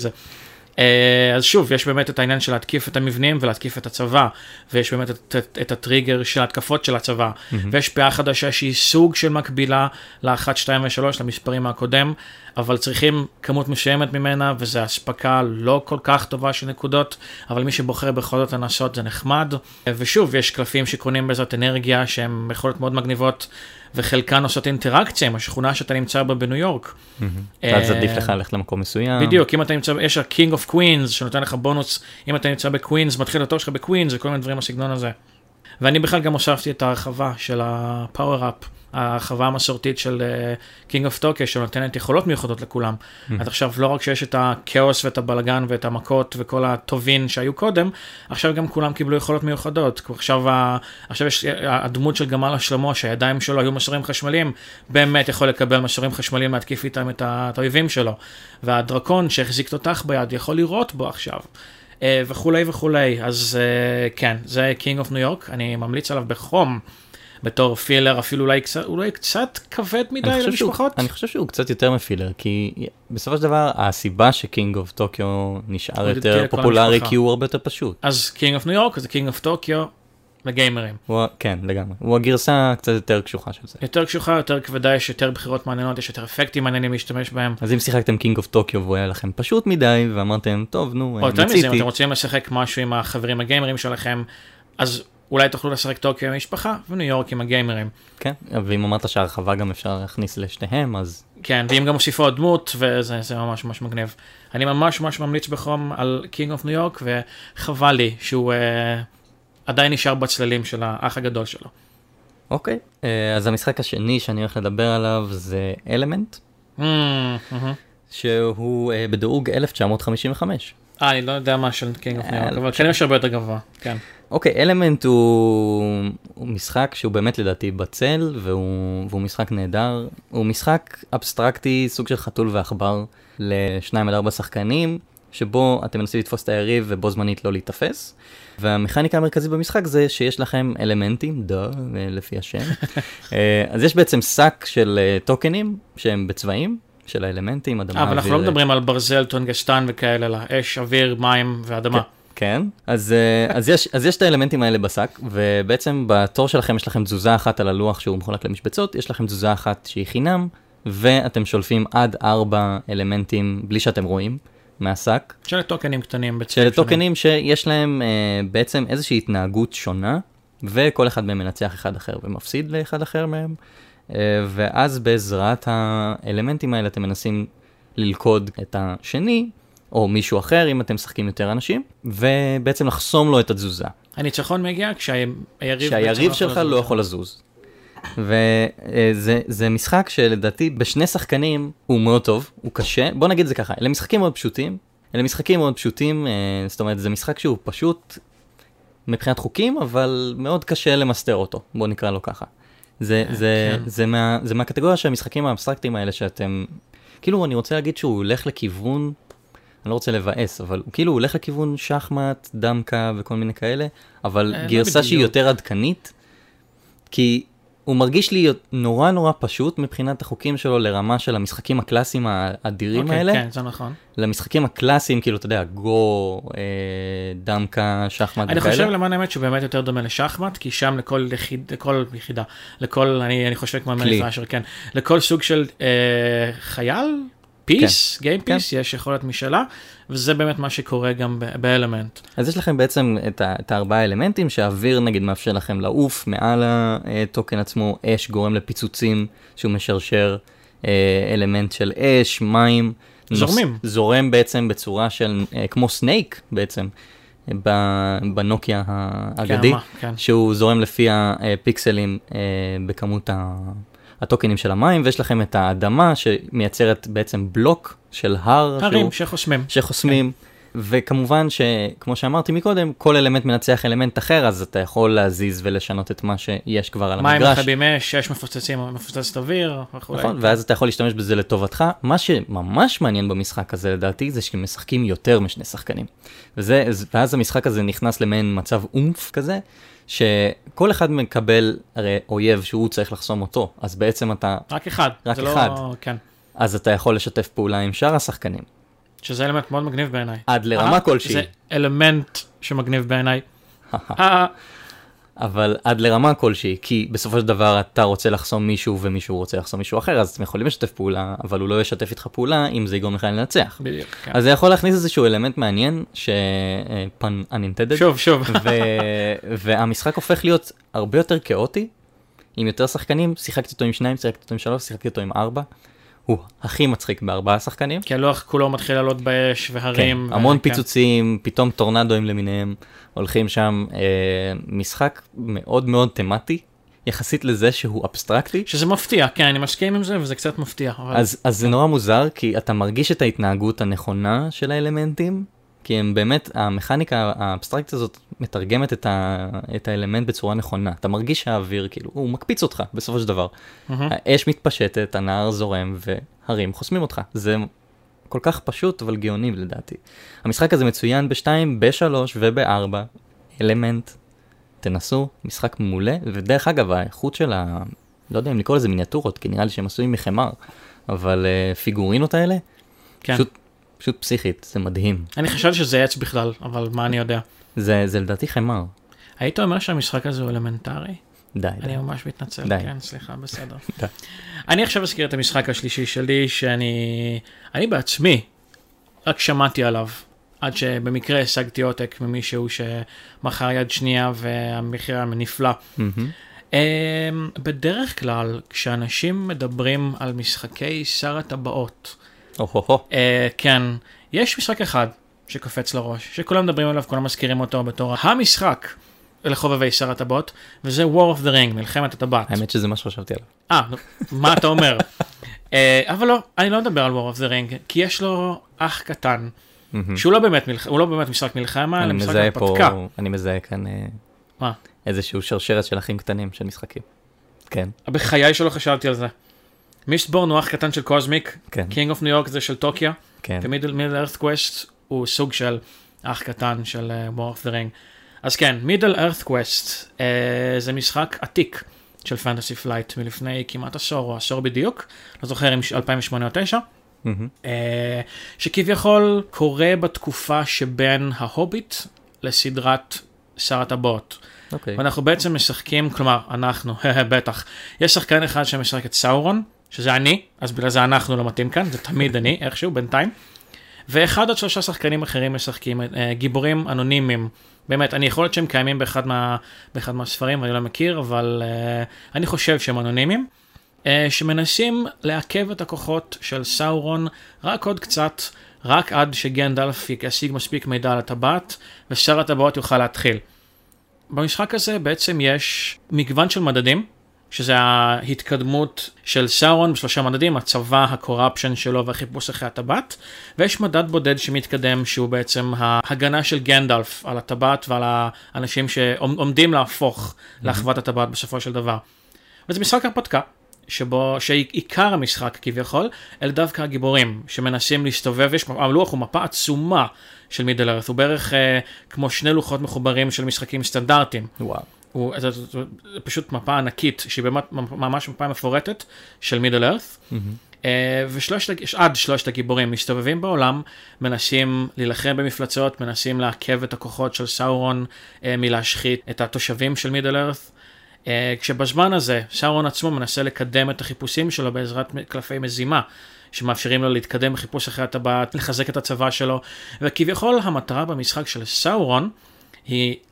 אז שוב, יש באמת את העניין של להתקיף את המבנים ולהתקיף את הצבא, ויש באמת את, את, את הטריגר של התקפות של הצבא, mm-hmm. ויש פאה חדשה שהיא סוג של מקבילה ל-אחת, שתיים ושלוש, למספרים הקודם, אבל צריכים כמות מסוימת ממנה, וזו הספקה לא כל כך טובה של נקודות, אבל מי שבוחר בכל זאת לנסות זה נחמד, ושוב, יש קלפים שקונים בזאת אנרגיה, שהן יכולות מאוד מגניבות, וחלקן עושות אינטראקציה עם השכונה שאתה נמצא בה בניו יורק. אז עדיף לך ללכת למקום מסוים. בדיוק, אם אתה נמצא, יש ה-King of Queens, שנותן לך בונוס, אם אתה נמצא בקווינס, מתחיל התור שלך בקווינס, וכל מיני דברים בסגנון הזה. ואני בכלל גם הוספתי את ההרחבה של ה-Power-Up, ההרחבה המסורתית של King of Tokyo, שנותנת יכולות מיוחדות לכולם. עד עכשיו, לא רק שיש את הכאוס ואת הבלגן ואת המכות וכל הטובין שהיו קודם, עכשיו גם כולם קיבלו יכולות מיוחדות. עכשיו, עכשיו יש הדמות של גמל השלמה, שהידיים שלו היו מסורים חשמליים, באמת יכול לקבל מסורים חשמליים, להתקיף איתם את האויבים שלו. והדרקון שהחזיק תותח ביד יכול לראות בו עכשיו. וכולי וכולי. אז כן, זה King of New York, אני ממליץ עליו בחום. בתור פילר, אפילו אולי קצת, אולי קצת כבד מדי למשפחות. אני חושב שהוא קצת יותר מפילר, כי בסופו של דבר, הסיבה שקינג אוף טוקיו נשאר יותר פופולרי, כי הוא הרבה יותר פשוט. אז קינג אוף ניו יורק, זה קינג אוף טוקיו, לגיימרים. כן, לגמרי. הוא הגרסה קצת יותר קשוחה של זה. יותר קשוחה, יותר כבדה, יש יותר בחירות מעניינות, יש יותר אפקטים מעניינים להשתמש בהם. אז אם שיחקתם קינג אוף טוקיו והוא היה לכם פשוט מדי, ואמרתם, טוב, נו, או יותר מזה, אם אתם רוצים לשחק משהו עם החברים הגיימרים שלכם, אז אולי תוכלו לשחק טוקיו עם המשפחה, וניו יורק עם הגיימרים. כן, ואם אמרת שהרחבה גם אפשר להכניס לשניהם, אז... כן, ואם גם מוסיפו עוד דמות, וזה ממש ממש מגניב. אני ממש ממש ממליץ בחום על קינג אוף ניו יורק, וחבל לי שהוא עדיין נשאר בצללים של האח הגדול שלו. אוקיי, אז המשחק השני שאני הולך לדבר עליו זה אלמנט, שהוא בדירוג אלף תשע מאות חמישים וחמש. אה, אני לא יודע מה של קינג אוף ניו יורק, אבל כן יש הרבה יותר גבוה, כן. אוקיי, אלמנט הוא, הוא משחק שהוא באמת לדעתי בצל, והוא, והוא משחק נהדר. הוא משחק אבסטרקטי, סוג של חתול ועכבר, לשניים עד ארבע שחקנים, שבו אתם מנסים לתפוס את היריב ובו זמנית לא להתאפס. והמכניקה המרכזית במשחק זה שיש לכם אלמנטים, דה, לפי השם. אז יש בעצם שק של טוקנים שהם בצבעים, של האלמנטים, אדמה, אוויר. אבל אנחנו לא מדברים על ברזל, טונגסטן וכאלה, אלא אש, אוויר, מים ואדמה. כן, אז, אז, יש, אז יש את האלמנטים האלה בשק, ובעצם בתור שלכם יש לכם תזוזה אחת על הלוח שהוא מחולק למשבצות, יש לכם תזוזה אחת שהיא חינם, ואתם שולפים עד ארבע אלמנטים בלי שאתם רואים מהשק. של טוקנים קטנים. של טוקנים שיש להם אה, בעצם איזושהי התנהגות שונה, וכל אחד מהם מנצח אחד אחר ומפסיד לאחד אחר מהם, אה, ואז בעזרת האלמנטים האלה אתם מנסים ללכוד את השני, או מישהו אחר, אם אתם משחקים יותר אנשים, ובעצם לחסום לו את התזוזה. הניצחון מגיע כשהיריב... כשהיריב שלך לא יכול לזוז. וזה משחק שלדעתי בשני שחקנים הוא מאוד טוב, הוא קשה. בוא נגיד זה ככה, אלה משחקים מאוד פשוטים, אלה משחקים מאוד פשוטים, זאת אומרת, זה משחק שהוא פשוט מבחינת חוקים, אבל מאוד קשה למסתר אותו, בוא נקרא לו ככה. זה, זה, זה מה, זה מהקטגוריה של המשחקים האבסטרקטיים האלה שאתם... כאילו, אני רוצה להגיד שהוא הולך לכיוון... אני לא רוצה לבאס, אבל הוא כאילו הולך לכיוון שחמט, דמקה וכל מיני כאלה, אבל גרסה שהיא יותר עדכנית, כי הוא מרגיש לי נורא נורא פשוט מבחינת החוקים שלו לרמה של המשחקים הקלאסיים האדירים האלה. כן, זה נכון. למשחקים הקלאסיים, כאילו, אתה יודע, גו, דמקה, שחמט וכאלה. אני חושב למען האמת שהוא באמת יותר דומה לשחמט, כי שם לכל יחידה, לכל, אני חושב כמו מלך אשר, כן, לכל סוג של חייל, פיס, גיים פיס, יש יכולת משלה, וזה באמת מה שקורה גם באלמנט. אז יש לכם בעצם את הארבעה אלמנטים, שהאוויר נגיד מאפשר לכם לעוף מעל הטוקן עצמו, אש גורם לפיצוצים שהוא משרשר אלמנט של אש, מים, זורמים. זורם בעצם בצורה של, כמו סנייק בעצם, בנוקיה האגדי, שהוא זורם לפי הפיקסלים בכמות הטוקנים של המים, ויש לכם את האדמה שמייצרת בעצם בלוק של הר. הרים שחוסמים. שחוסמים. וכמובן שכמו שאמרתי מקודם, כל אלמנט מנצח אלמנט אחר, אז אתה יכול להזיז ולשנות את מה שיש כבר על המגרש. מים מכבים אש, אש מפוצצים, מפוצצת אוויר, וכו'. נכון, ואז אתה יכול להשתמש בזה לטובתך. מה שממש מעניין במשחק הזה לדעתי, זה שמשחקים יותר משני שחקנים. וזה, ואז המשחק הזה נכנס למעין מצב אומף כזה, שכל אחד מקבל הרי אויב שהוא צריך לחסום אותו, אז בעצם אתה... רק אחד. רק אחד. לא... כן. אז אתה יכול לשתף פעולה עם שאר השחקנים. שזה אלמנט מאוד מגניב בעיניי. עד לרמה כלשהי. זה אלמנט שמגניב בעיניי. אבל עד לרמה כלשהי, כי בסופו של דבר אתה רוצה לחסום מישהו ומישהו רוצה לחסום מישהו אחר, אז אתם יכולים לשתף פעולה, אבל הוא לא ישתף איתך פעולה אם זה יגרום לך לנצח. בדיוק, כן. אז זה יכול להכניס איזשהו אלמנט מעניין, שפן unintended. שוב, שוב. והמשחק הופך להיות הרבה יותר כאוטי, עם יותר שחקנים, שיחקתי אותו עם שניים, שיחקתי אותו עם שלוש, שיחקתי אותו עם ארבע. הוא הכי מצחיק בארבעה שחקנים. כי הלוח כולו מתחיל לעלות באש והרים. כן, המון פיצוצים, פתאום טורנדוים למיניהם, הולכים שם, אה, משחק מאוד מאוד תמטי, יחסית לזה שהוא אבסטרקטי. שזה מפתיע, כן, אני מסכים עם זה, וזה קצת מפתיע. אבל... אז, אז זה נורא מוזר, כי אתה מרגיש את ההתנהגות הנכונה של האלמנטים, כי הם באמת, המכניקה האבסטרקטית הזאת מתרגמת את, ה, את האלמנט בצורה נכונה. אתה מרגיש שהאוויר, כאילו, הוא מקפיץ אותך בסופו של דבר. Mm-hmm. האש מתפשטת, הנהר זורם, והרים חוסמים אותך. זה כל כך פשוט, אבל גאוני לדעתי. המשחק הזה מצוין בשתיים, בשלוש ובארבע. אלמנט, תנסו, משחק מעולה, ודרך אגב, האיכות של ה... לא יודע אם לקרוא לזה מיניאטורות, כי נראה לי שהם עשויים מחמר, אבל uh, פיגורינות האלה, כן. פשוט... פשוט פסיכית, זה מדהים. אני חשב שזה עץ בכלל, אבל מה אני יודע? זה, זה לדעתי חמר. היית אומר שהמשחק הזה הוא אלמנטרי? די, אני די. ממש מתנצל, די. כן, סליחה, בסדר. די. אני עכשיו אזכיר את המשחק השלישי שלי, שאני אני בעצמי רק שמעתי עליו, עד שבמקרה השגתי עותק ממישהו שמכר יד שנייה, והמחיר היה נפלא. Mm-hmm. בדרך כלל, כשאנשים מדברים על משחקי שר הטבעות, Oh, כן, יש משחק אחד שקופץ לראש, שכולם מדברים עליו, כולם מזכירים אותו בתור המשחק לחובבי שר הטבעות, וזה War of the Ring, מלחמת הטבעת. האמת שזה מה שחשבתי עליו. אה, מה אתה אומר? אבל לא, אני לא מדבר על War of the Ring, כי יש לו אח קטן, שהוא לא באמת, הוא לא באמת משחק מלחמה, אלא משחק הרפתקה. אני מזהה כאן איזשהו שרשרת של אחים קטנים של משחקים. כן. בחיי שלא חשבתי על זה. מיסטבורן הוא אח קטן של קוזמיק, קינג אוף ניו יורק זה של טוקיה, ומידל ארת קווסט הוא סוג של אח קטן של War of the Ring. אז כן, מידל ארת קווסט זה משחק עתיק של פנטסי פלייט מלפני כמעט עשור או עשור בדיוק, לא זוכר אם אלפיים ושמונה או תשע, שכביכול קורה בתקופה שבין ההוביט לסדרת שר הטבעות. ואנחנו בעצם משחקים, כלומר אנחנו, בטח, יש שחקן אחד שמשחק את סאורון, שזה אני, אז בגלל זה אנחנו לא מתאים כאן, זה תמיד אני, איכשהו, בינתיים. ואחד עד שלושה שחקנים אחרים משחקים, גיבורים אנונימיים. באמת, אני יכול להיות שהם קיימים באחד, מה, באחד מהספרים, ואני לא מכיר, אבל uh, אני חושב שהם אנונימיים, uh, שמנסים לעכב את הכוחות של סאורון רק עוד קצת, רק עד שגנדלף ישיג מספיק מידע על הטבעת, ושר הטבעות יוכל להתחיל. במשחק הזה בעצם יש מגוון של מדדים, שזה ההתקדמות של סאורון בשלושה מדדים, הצבא, הקורפשן שלו והחיפוש אחרי הטבעת, ויש מדד בודד שמתקדם שהוא בעצם ההגנה של גנדלף על הטבעת ועל האנשים שעומדים להפוך mm-hmm. לאחוות הטבעת בסופו של דבר. וזה משחק הרפתקה, שבו, שעיקר המשחק כביכול, אלה דווקא הגיבורים שמנסים להסתובב, יש, הלוח הוא מפה עצומה של מידל ארת, הוא בערך אה, כמו שני לוחות מחוברים של משחקים סטנדרטיים. וואו. הוא, זה, זה, זה פשוט מפה ענקית, שהיא באמת ממש מפה מפורטת של מידל ארת, mm-hmm. אה, ושלושת, עד שלושת הגיבורים מסתובבים בעולם, מנסים להילחם במפלצות, מנסים לעכב את הכוחות של סאורון, אה, מלהשחית את התושבים של מידל ארת, Uh, כשבזמן הזה, סאורון עצמו מנסה לקדם את החיפושים שלו בעזרת קלפי מזימה, שמאפשרים לו להתקדם בחיפוש אחרי הטבעת, לחזק את הצבא שלו, וכביכול המטרה במשחק של סאורון היא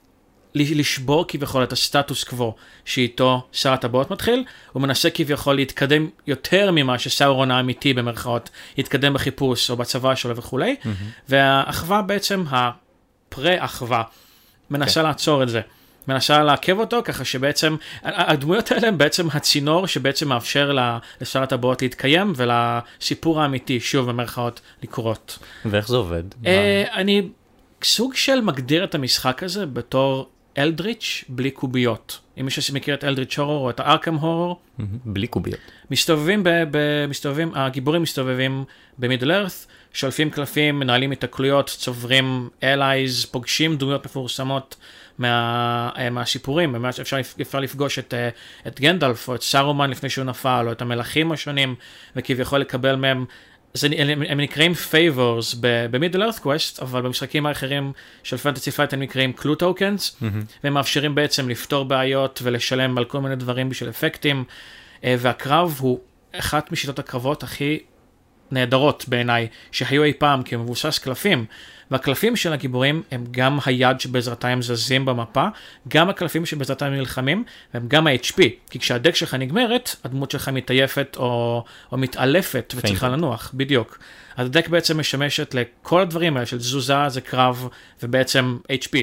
לשבור כביכול את הסטטוס קוו שאיתו שר הטבעות מתחיל, הוא מנסה כביכול להתקדם יותר ממה שסאורון האמיתי במרכאות, להתקדם בחיפוש או בצבא שלו וכולי, mm-hmm. והאחווה בעצם, הפרה-אחווה, מנסה okay. לעצור את זה. מנסה לעכב אותו, ככה שבעצם, הדמויות האלה הם בעצם הצינור שבעצם מאפשר לשר הטבעות להתקיים, ולסיפור האמיתי, שוב במרכאות, לקרות. ואיך זה עובד? אני סוג של מגדיר את המשחק הזה בתור אלדריץ' בלי קוביות. אם מישהו שמכיר את אלדריץ' הורור או את הארקם הורור. בלי קוביות. מסתובבים, מסתובבים, הגיבורים מסתובבים במידל ארת, שולפים קלפים, מנהלים התקלויות, צוברים אלייז, פוגשים דמויות מפורסמות מה, מהסיפורים, באמת אפשר, אפשר לפגוש את, את גנדלף או את סארומן לפני שהוא נפל, או את המלכים השונים, וכביכול לקבל מהם, זה, הם, הם נקראים favors במידל ארת קווסט, אבל במשחקים האחרים של פנטסי פלייט הם נקראים קלו טוקנס, mm-hmm. והם מאפשרים בעצם לפתור בעיות ולשלם על כל מיני דברים בשביל אפקטים, והקרב הוא אחת משיטות הקרבות הכי נהדרות בעיניי, שהיו אי פעם, כי הם מבוסס קלפים, והקלפים של הגיבורים הם גם היד שבעזרתה הם זזים במפה, גם הקלפים שבעזרתה הם נלחמים, והם גם ה-אייץ' פי, כי כשהדק שלך נגמרת, הדמות שלך מתעייפת או, או מתעלפת וצריכה לנוח, בדיוק. אז הדק בעצם משמשת לכל הדברים האלה של תזוזה, זה קרב, ובעצם אייץ' פי.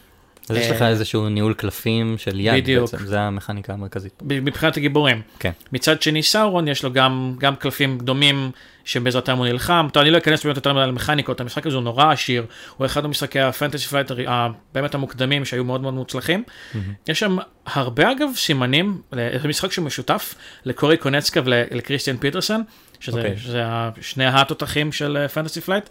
אז יש לך איזשהו ניהול קלפים של יד בדיוק. בעצם, זה המכניקה המרכזית. מבחינת הגיבורים. כן. מצד שני סאורון יש לו גם, גם קלפים דומים שבעזרתם הוא נלחם. טוב, אני לא אכנס באמת יותר מדי למכניקות, המשחק הזה הוא נורא עשיר, הוא אחד ממשחקי הפנטסי פלייט באמת המוקדמים שהיו מאוד מאוד מוצלחים. Mm-hmm. יש שם הרבה אגב סימנים, זה משחק שהוא משותף לקורי קונצקה ולקריסטיאן פיטרסון, שזה, okay. שזה שני התותחים של פנטסי פלייט.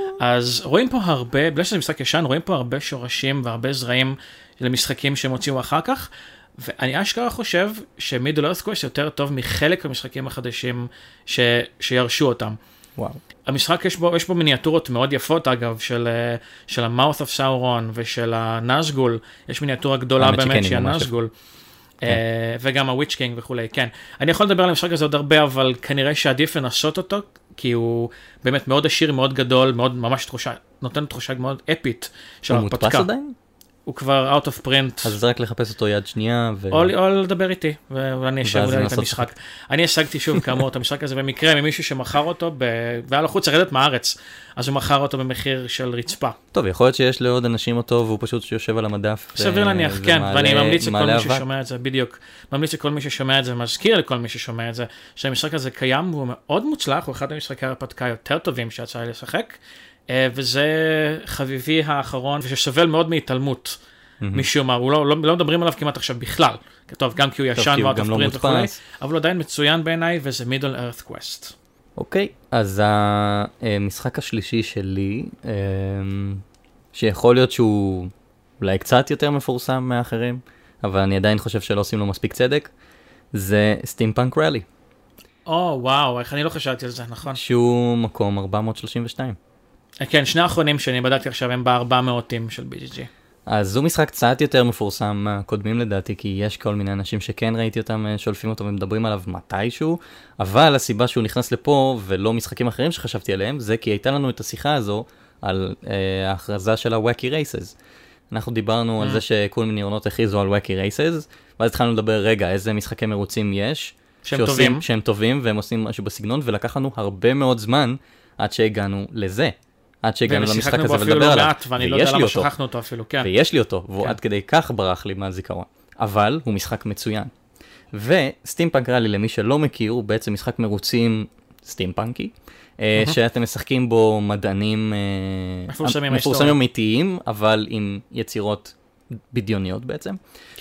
אז רואים פה הרבה, בלי שזה משחק ישן, רואים פה הרבה שורשים והרבה זרעים למשחקים שהם הוציאו אחר כך, ואני אשכרה חושב שמידל ארת קווסט יותר טוב מחלק מהמשחקים החדשים ש... שירשו אותם. וואו. המשחק יש בו, יש בו מיניאטורות מאוד יפות אגב, של, של ה-Mouth of Sauron ושל הנאזגול, יש מיניאטורה גדולה באמת שהיא הנאזגול. כן. וגם הוויץ' קינג וכולי, כן. אני יכול לדבר על המשחק הזה עוד הרבה, אבל כנראה שעדיף לנסות אותו, כי הוא באמת מאוד עשיר, מאוד גדול, מאוד ממש תחושה, נותן תחושה מאוד אפית של הרפתקה. הוא מודפס עדיין? הוא כבר out of print. אז זה רק לחפש אותו יד שנייה. ו... או, או לדבר איתי, ואני אשב אולי את המשחק. אני השגתי שוב כאמור את המשחק הזה במקרה, ממישהו שמכר אותו, ב... והיה לו חוץ לרדת מהארץ, אז הוא מכר אותו במחיר של רצפה. טוב, יכול להיות שיש לעוד אנשים אותו, והוא פשוט יושב על המדף. סביר להניח, כן, ואני ממליץ לכל מי ששומע את זה, בדיוק, ממליץ לכל מי ששומע את זה, מזכיר לכל מי ששומע את זה, שהמשחק הזה קיים, והוא מאוד מוצלח, הוא אחד המשחקי הרפתקה יותר טובים שיצא לי לשחק, וזה חביבי האחרון, ושסובל מאוד מהתעלמות. משום מה, לא, לא, לא מדברים עליו כמעט עכשיו בכלל. טוב, גם כי הוא ישן ועוד הפרינט וכו', אבל הוא עדיין מצוין בעיניי, וזה מידל ארת קווסט. אוקיי, אז המשחק השלישי שלי, שיכול להיות שהוא אולי קצת יותר מפורסם מאחרים, אבל אני עדיין חושב שלא עושים לו מספיק צדק, זה סטימפאנק ראלי. או, וואו, איך אני לא חשבתי על זה, נכון? שהוא מקום ארבע מאות שלושים ושתיים. כן, שני האחרונים שאני בדקתי עכשיו הם ב-ארבע מאות של בי ג'י ג'י. אז זו משחק קצת יותר מפורסם מהקודמים לדעתי, כי יש כל מיני אנשים שכן ראיתי אותם שולפים אותו ומדברים עליו מתישהו, אבל הסיבה שהוא נכנס לפה ולא משחקים אחרים שחשבתי עליהם, זה כי הייתה לנו את השיחה הזו על אה, ההכרזה של ה-Wacky Races. אנחנו דיברנו mm. על זה שכל מיני עונות הכריזו על Wacky Races, ואז התחלנו לדבר, רגע, איזה משחקי מרוצים יש, שהם שעושים, טובים. שהם טובים והם עושים משהו בסגנון, ולקח לנו הרבה מאוד זמן עד שהגענו לזה. עד שהגענו למשחק הזה ולדבר עליו, ואני לא יודע למה שכחנו אותו אפילו, כן. ויש לי אותו, והוא עד כדי כך ברח לי מהזיכרון, אבל הוא משחק מצוין. וסטימפאנק ראלי, למי שלא מכיר, הוא בעצם משחק מרוצים סטימפאנקי, שאתם משחקים בו מדענים מפורסמים אמיתיים, אבל עם יצירות בדיוניות בעצם,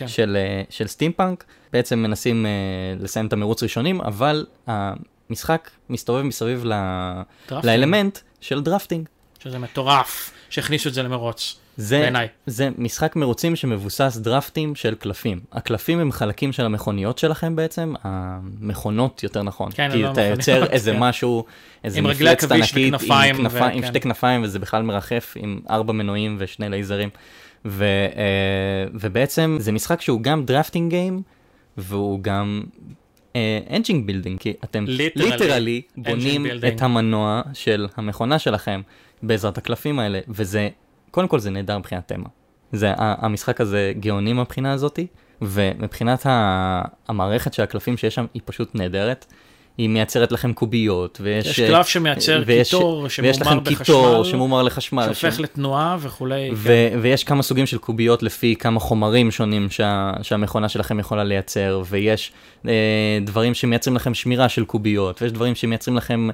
של סטימפאנק, בעצם מנסים לסיים את המרוץ ראשונים, אבל המשחק מסתובב מסביב לאלמנט של דרפטינג. שזה מטורף, שהכניסו את זה למרוץ, זה, בעיניי. זה משחק מרוצים שמבוסס דרפטים של קלפים. הקלפים הם חלקים של המכוניות שלכם בעצם, המכונות יותר נכון. כן, כי אתה יוצר איזה כן. משהו, איזה עם רגלי עכביש וכנפיים. עם, כנפיים, ו- עם שתי כנפיים, וזה בכלל מרחף עם ארבע מנועים ושני לייזרים. ו, ובעצם זה משחק שהוא גם דרפטינג גיים, והוא גם אנג'ינג בילדינג, כי אתם ליטרלי בונים את המנוע של המכונה שלכם בעזרת הקלפים האלה, וזה, קודם כל זה נהדר מבחינת תמה. זה, המשחק הזה גאוני מבחינה הזאת, ומבחינת המערכת של הקלפים שיש שם, היא פשוט נהדרת. היא מייצרת לכם קוביות, ויש... יש קלף שמייצר קיטור, ויש לכם קיטור שמומר לחשמל. שהופך לתנועה וכולי. ויש כמה סוגים של קוביות לפי כמה חומרים שונים שהמכונה שלכם יכולה לייצר, ויש דברים שמייצרים לכם שמירה של קוביות, ויש דברים שמייצרים לכם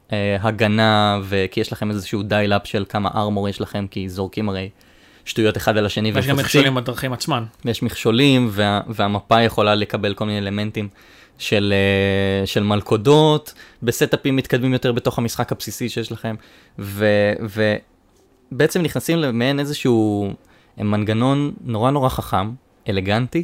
הגנה, כי יש לכם איזשהו דייל-אפ של כמה ארמור יש לכם, כי זורקים הרי שטויות אחד על השני. ויש גם מכשולים בדרכים עצמן. ויש מכשולים, והמפה יכולה לקבל כל מיני אלמנטים. של, של מלכודות, בסטאפים מתקדמים יותר בתוך המשחק הבסיסי שיש לכם, ו, ובעצם נכנסים למעין איזשהו מנגנון נורא נורא חכם, אלגנטי,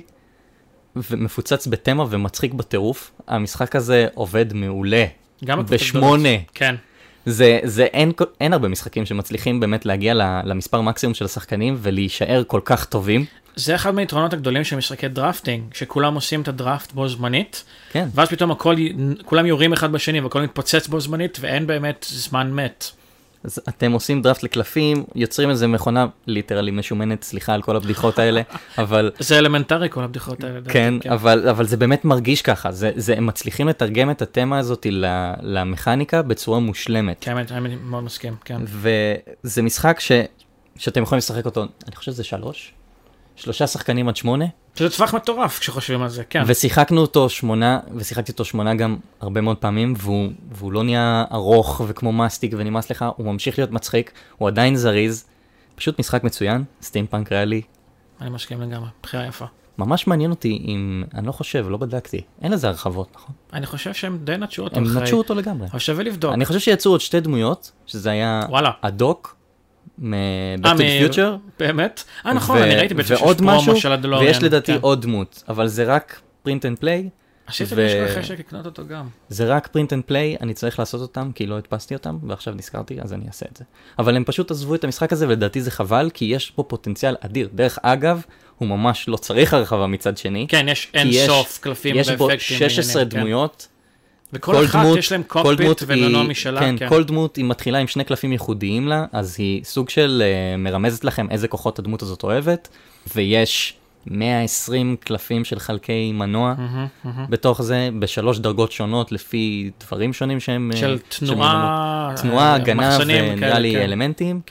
ומפוצץ בתמה ומצחיק בטירוף. המשחק הזה עובד מעולה. גם בשמונה. כן. זה, זה אין, אין הרבה משחקים שמצליחים באמת להגיע למספר מקסימום של השחקנים ולהישאר כל כך טובים. זה אחד מהיתרונות הגדולים של משחקי דראפטינג, שכולם עושים את הדראפט בו זמנית, כן. ואז פתאום הכל, כולם יורים אחד בשני, והכל מתפוצץ בו זמנית, ואין באמת זמן מת. אז אתם עושים דראפט לקלפים, יוצרים איזה מכונה ליטרלי משומנת, סליחה על כל הבדיחות האלה, אבל... זה אלמנטרי כל הבדיחות האלה. כן, כן. אבל, אבל זה באמת מרגיש ככה, זה, זה, הם מצליחים לתרגם את התמה הזאת למכניקה בצורה מושלמת. כן, אני מאוד מסכים, כן. וזה משחק ש, שאתם יכולים לשחק אותו, אני חושב שזה שלוש, שלושה שחקנים עד שמונה. זה טווח מטורף כשחושבים על זה, כן. ושיחקנו אותו שמונה, ושיחקתי אותו שמונה גם הרבה מאוד פעמים, והוא, והוא לא נהיה ארוך וכמו מסטיק ונמאס לך, הוא ממשיך להיות מצחיק, הוא עדיין זריז, פשוט משחק מצוין, סטימפאנק ריאלי. אני מסכים לגמרי, בחירה יפה. ממש מעניין אותי אם, אני לא חושב, לא בדקתי, אין לזה הרחבות, נכון? אני חושב שהם די נטשו אותו. הם נטשו אותו לגמרי. אבל שווה לבדוק. אני חושב שיצאו עוד שתי דמויות, שזה היה הדוק, מ-Back to the Future. באמת? אה, נכון, אני ראיתי בעצם שיש פרומו של הדלוריאן. ויש לדעתי עוד דמות, אבל זה רק print and play. עשיתי מישהו אחרי שיקנות אותו גם. זה רק print and play, אני צריך לעשות אותם, כי לא הדפסתי אותם, ועכשיו נזכרתי, אז אני אעשה את זה. אבל הם פשוט עזבו את המשחק הזה, ולדעתי זה חבל, כי יש פה פוטנציאל אדיר. דרך אגב, הוא ממש לא צריך הרחבה מצד שני. כן, יש אין סוף קלפים ואפקטים. יש בו שש עשרה דמויות. וכל אחת יש להם קוקפיט ומנוע משלה. כן, כל דמות היא מתחילה עם שני קלפים ייחודיים לה, אז היא סוג של מרמזת לכם איזה כוחות הדמות הזאת אוהבת, ויש מאה ועשרים קלפים של חלקי מנוע בתוך זה, בשלוש דרגות שונות לפי דברים שונים שהם... של תנועה, תנועה, הגנה ונראה לי אלמנטים.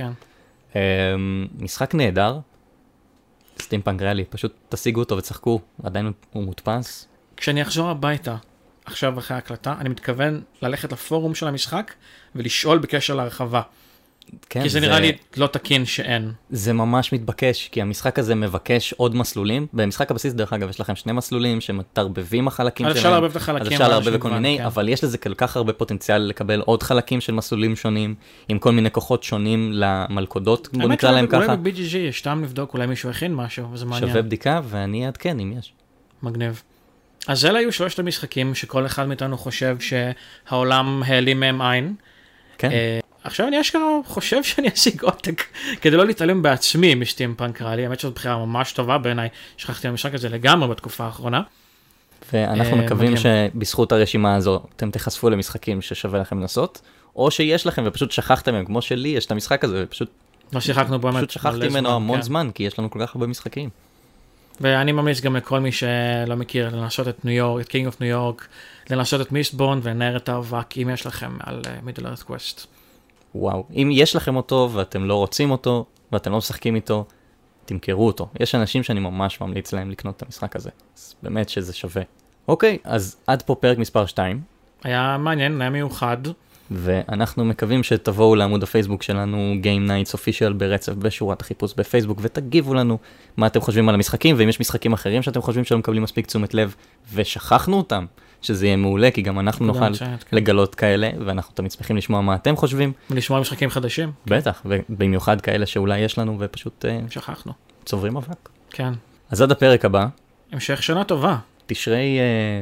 משחק נהדר, סטימפאנק ריאלי, פשוט תשיגו אותו וצחקו, עדיין הוא מודפס. כשאני אחזור הביתה, עכשיו אחרי ההקלטה, אני מתכוון ללכת לפורום של המשחק, ולשאול בקשר להרחבה. כן, כי זה, זה נראה לי לא תקין שאין. זה ממש מתבקש, כי המשחק הזה מבקש עוד מסלולים. במשחק הבסיס, דרך אגב, יש לכם שני מסלולים שמתרבבים החלקים שלהם. אז אפשר להרבב את החלקים. אז אפשר להרבב כל מיני, כן. אבל יש לזה כל כך הרבה פוטנציאל לקבל עוד חלקים של מסלולים שונים, עם כל מיני כוחות שונים למלכודות, בוא נקרא להם ככה. אולי ב-בי ג'י ג'י יש טעם לבדוק, אולי מישהו הכין משהו, וזה מעניין. שווה בדיקה, ואני אעדכן אם יש. מגניב. אז אלה היו שלושת המשחקים שכל אחד מאיתנו חושב שהעולם העלים מהם עין. כן. עכשיו אני אשכרה חושב שאני אשיג עותק, כדי לא להתעלם בעצמי משטימפאנק ריאלי, האמת שזאת בחירה ממש טובה בעיניי, שכחתי המשחק הזה לגמרי בתקופה האחרונה. ואנחנו מקווים שבזכות הרשימה הזו אתם תחשפו למשחקים ששווה לכם לנסות, או שיש לכם ופשוט שכחתם מהם, כמו שלי יש את המשחק הזה, ופשוט לא שיחקנו באמת, פשוט שכחתי ממנו המון זמן, כי יש לנו כל כך הרבה משחקים. ואני ממליץ גם לכל מי שלא מכיר, לנסות את ניו יורק, את קינג אוף ניו יורק, לנסות את מיסטבורן ולנער את האבק, אם יש לכם על מידל ארת קווסט. וואו, אם יש לכם אותו ואתם לא רוצים אותו, ואתם לא משחקים איתו, תמכרו אותו. יש אנשים שאני ממש ממליץ להם לקנות את המשחק הזה. אז באמת שזה שווה. אוקיי, אז עד פה פרק מספר שתיים. היה מעניין, היה מיוחד. ואנחנו מקווים שתבואו לעמוד הפייסבוק שלנו, Game Nights Official ברצף בשורת החיפוש בפייסבוק, ותגיבו לנו מה אתם חושבים על המשחקים, ואם יש משחקים אחרים שאתם חושבים שלא מקבלים מספיק תשומת לב, ושכחנו אותם, שזה יהיה מעולה, כי גם אנחנו נוכל לגלות כאלה, ואנחנו תמיד שמחים לשמוע מה אתם חושבים. ולשמוע משחקים חדשים. בטח, ובמיוחד כאלה שאולי יש לנו, ופשוט שכחנו. צוברים אבק. כן. אז עד הפרק הבא. המשך שנה טובה. תשרי...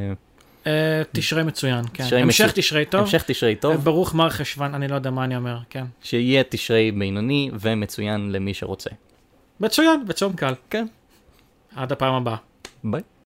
תשרי מצוין, כן. המשך תשרי טוב. המשך תשרי טוב. ברוך מר חשוון, אני לא יודע מה אני אומר, כן. שיהיה תשרי בינוני ומצוין למי שרוצה. מצוין, בצום קל. כן. עד הפעם הבאה. ביי.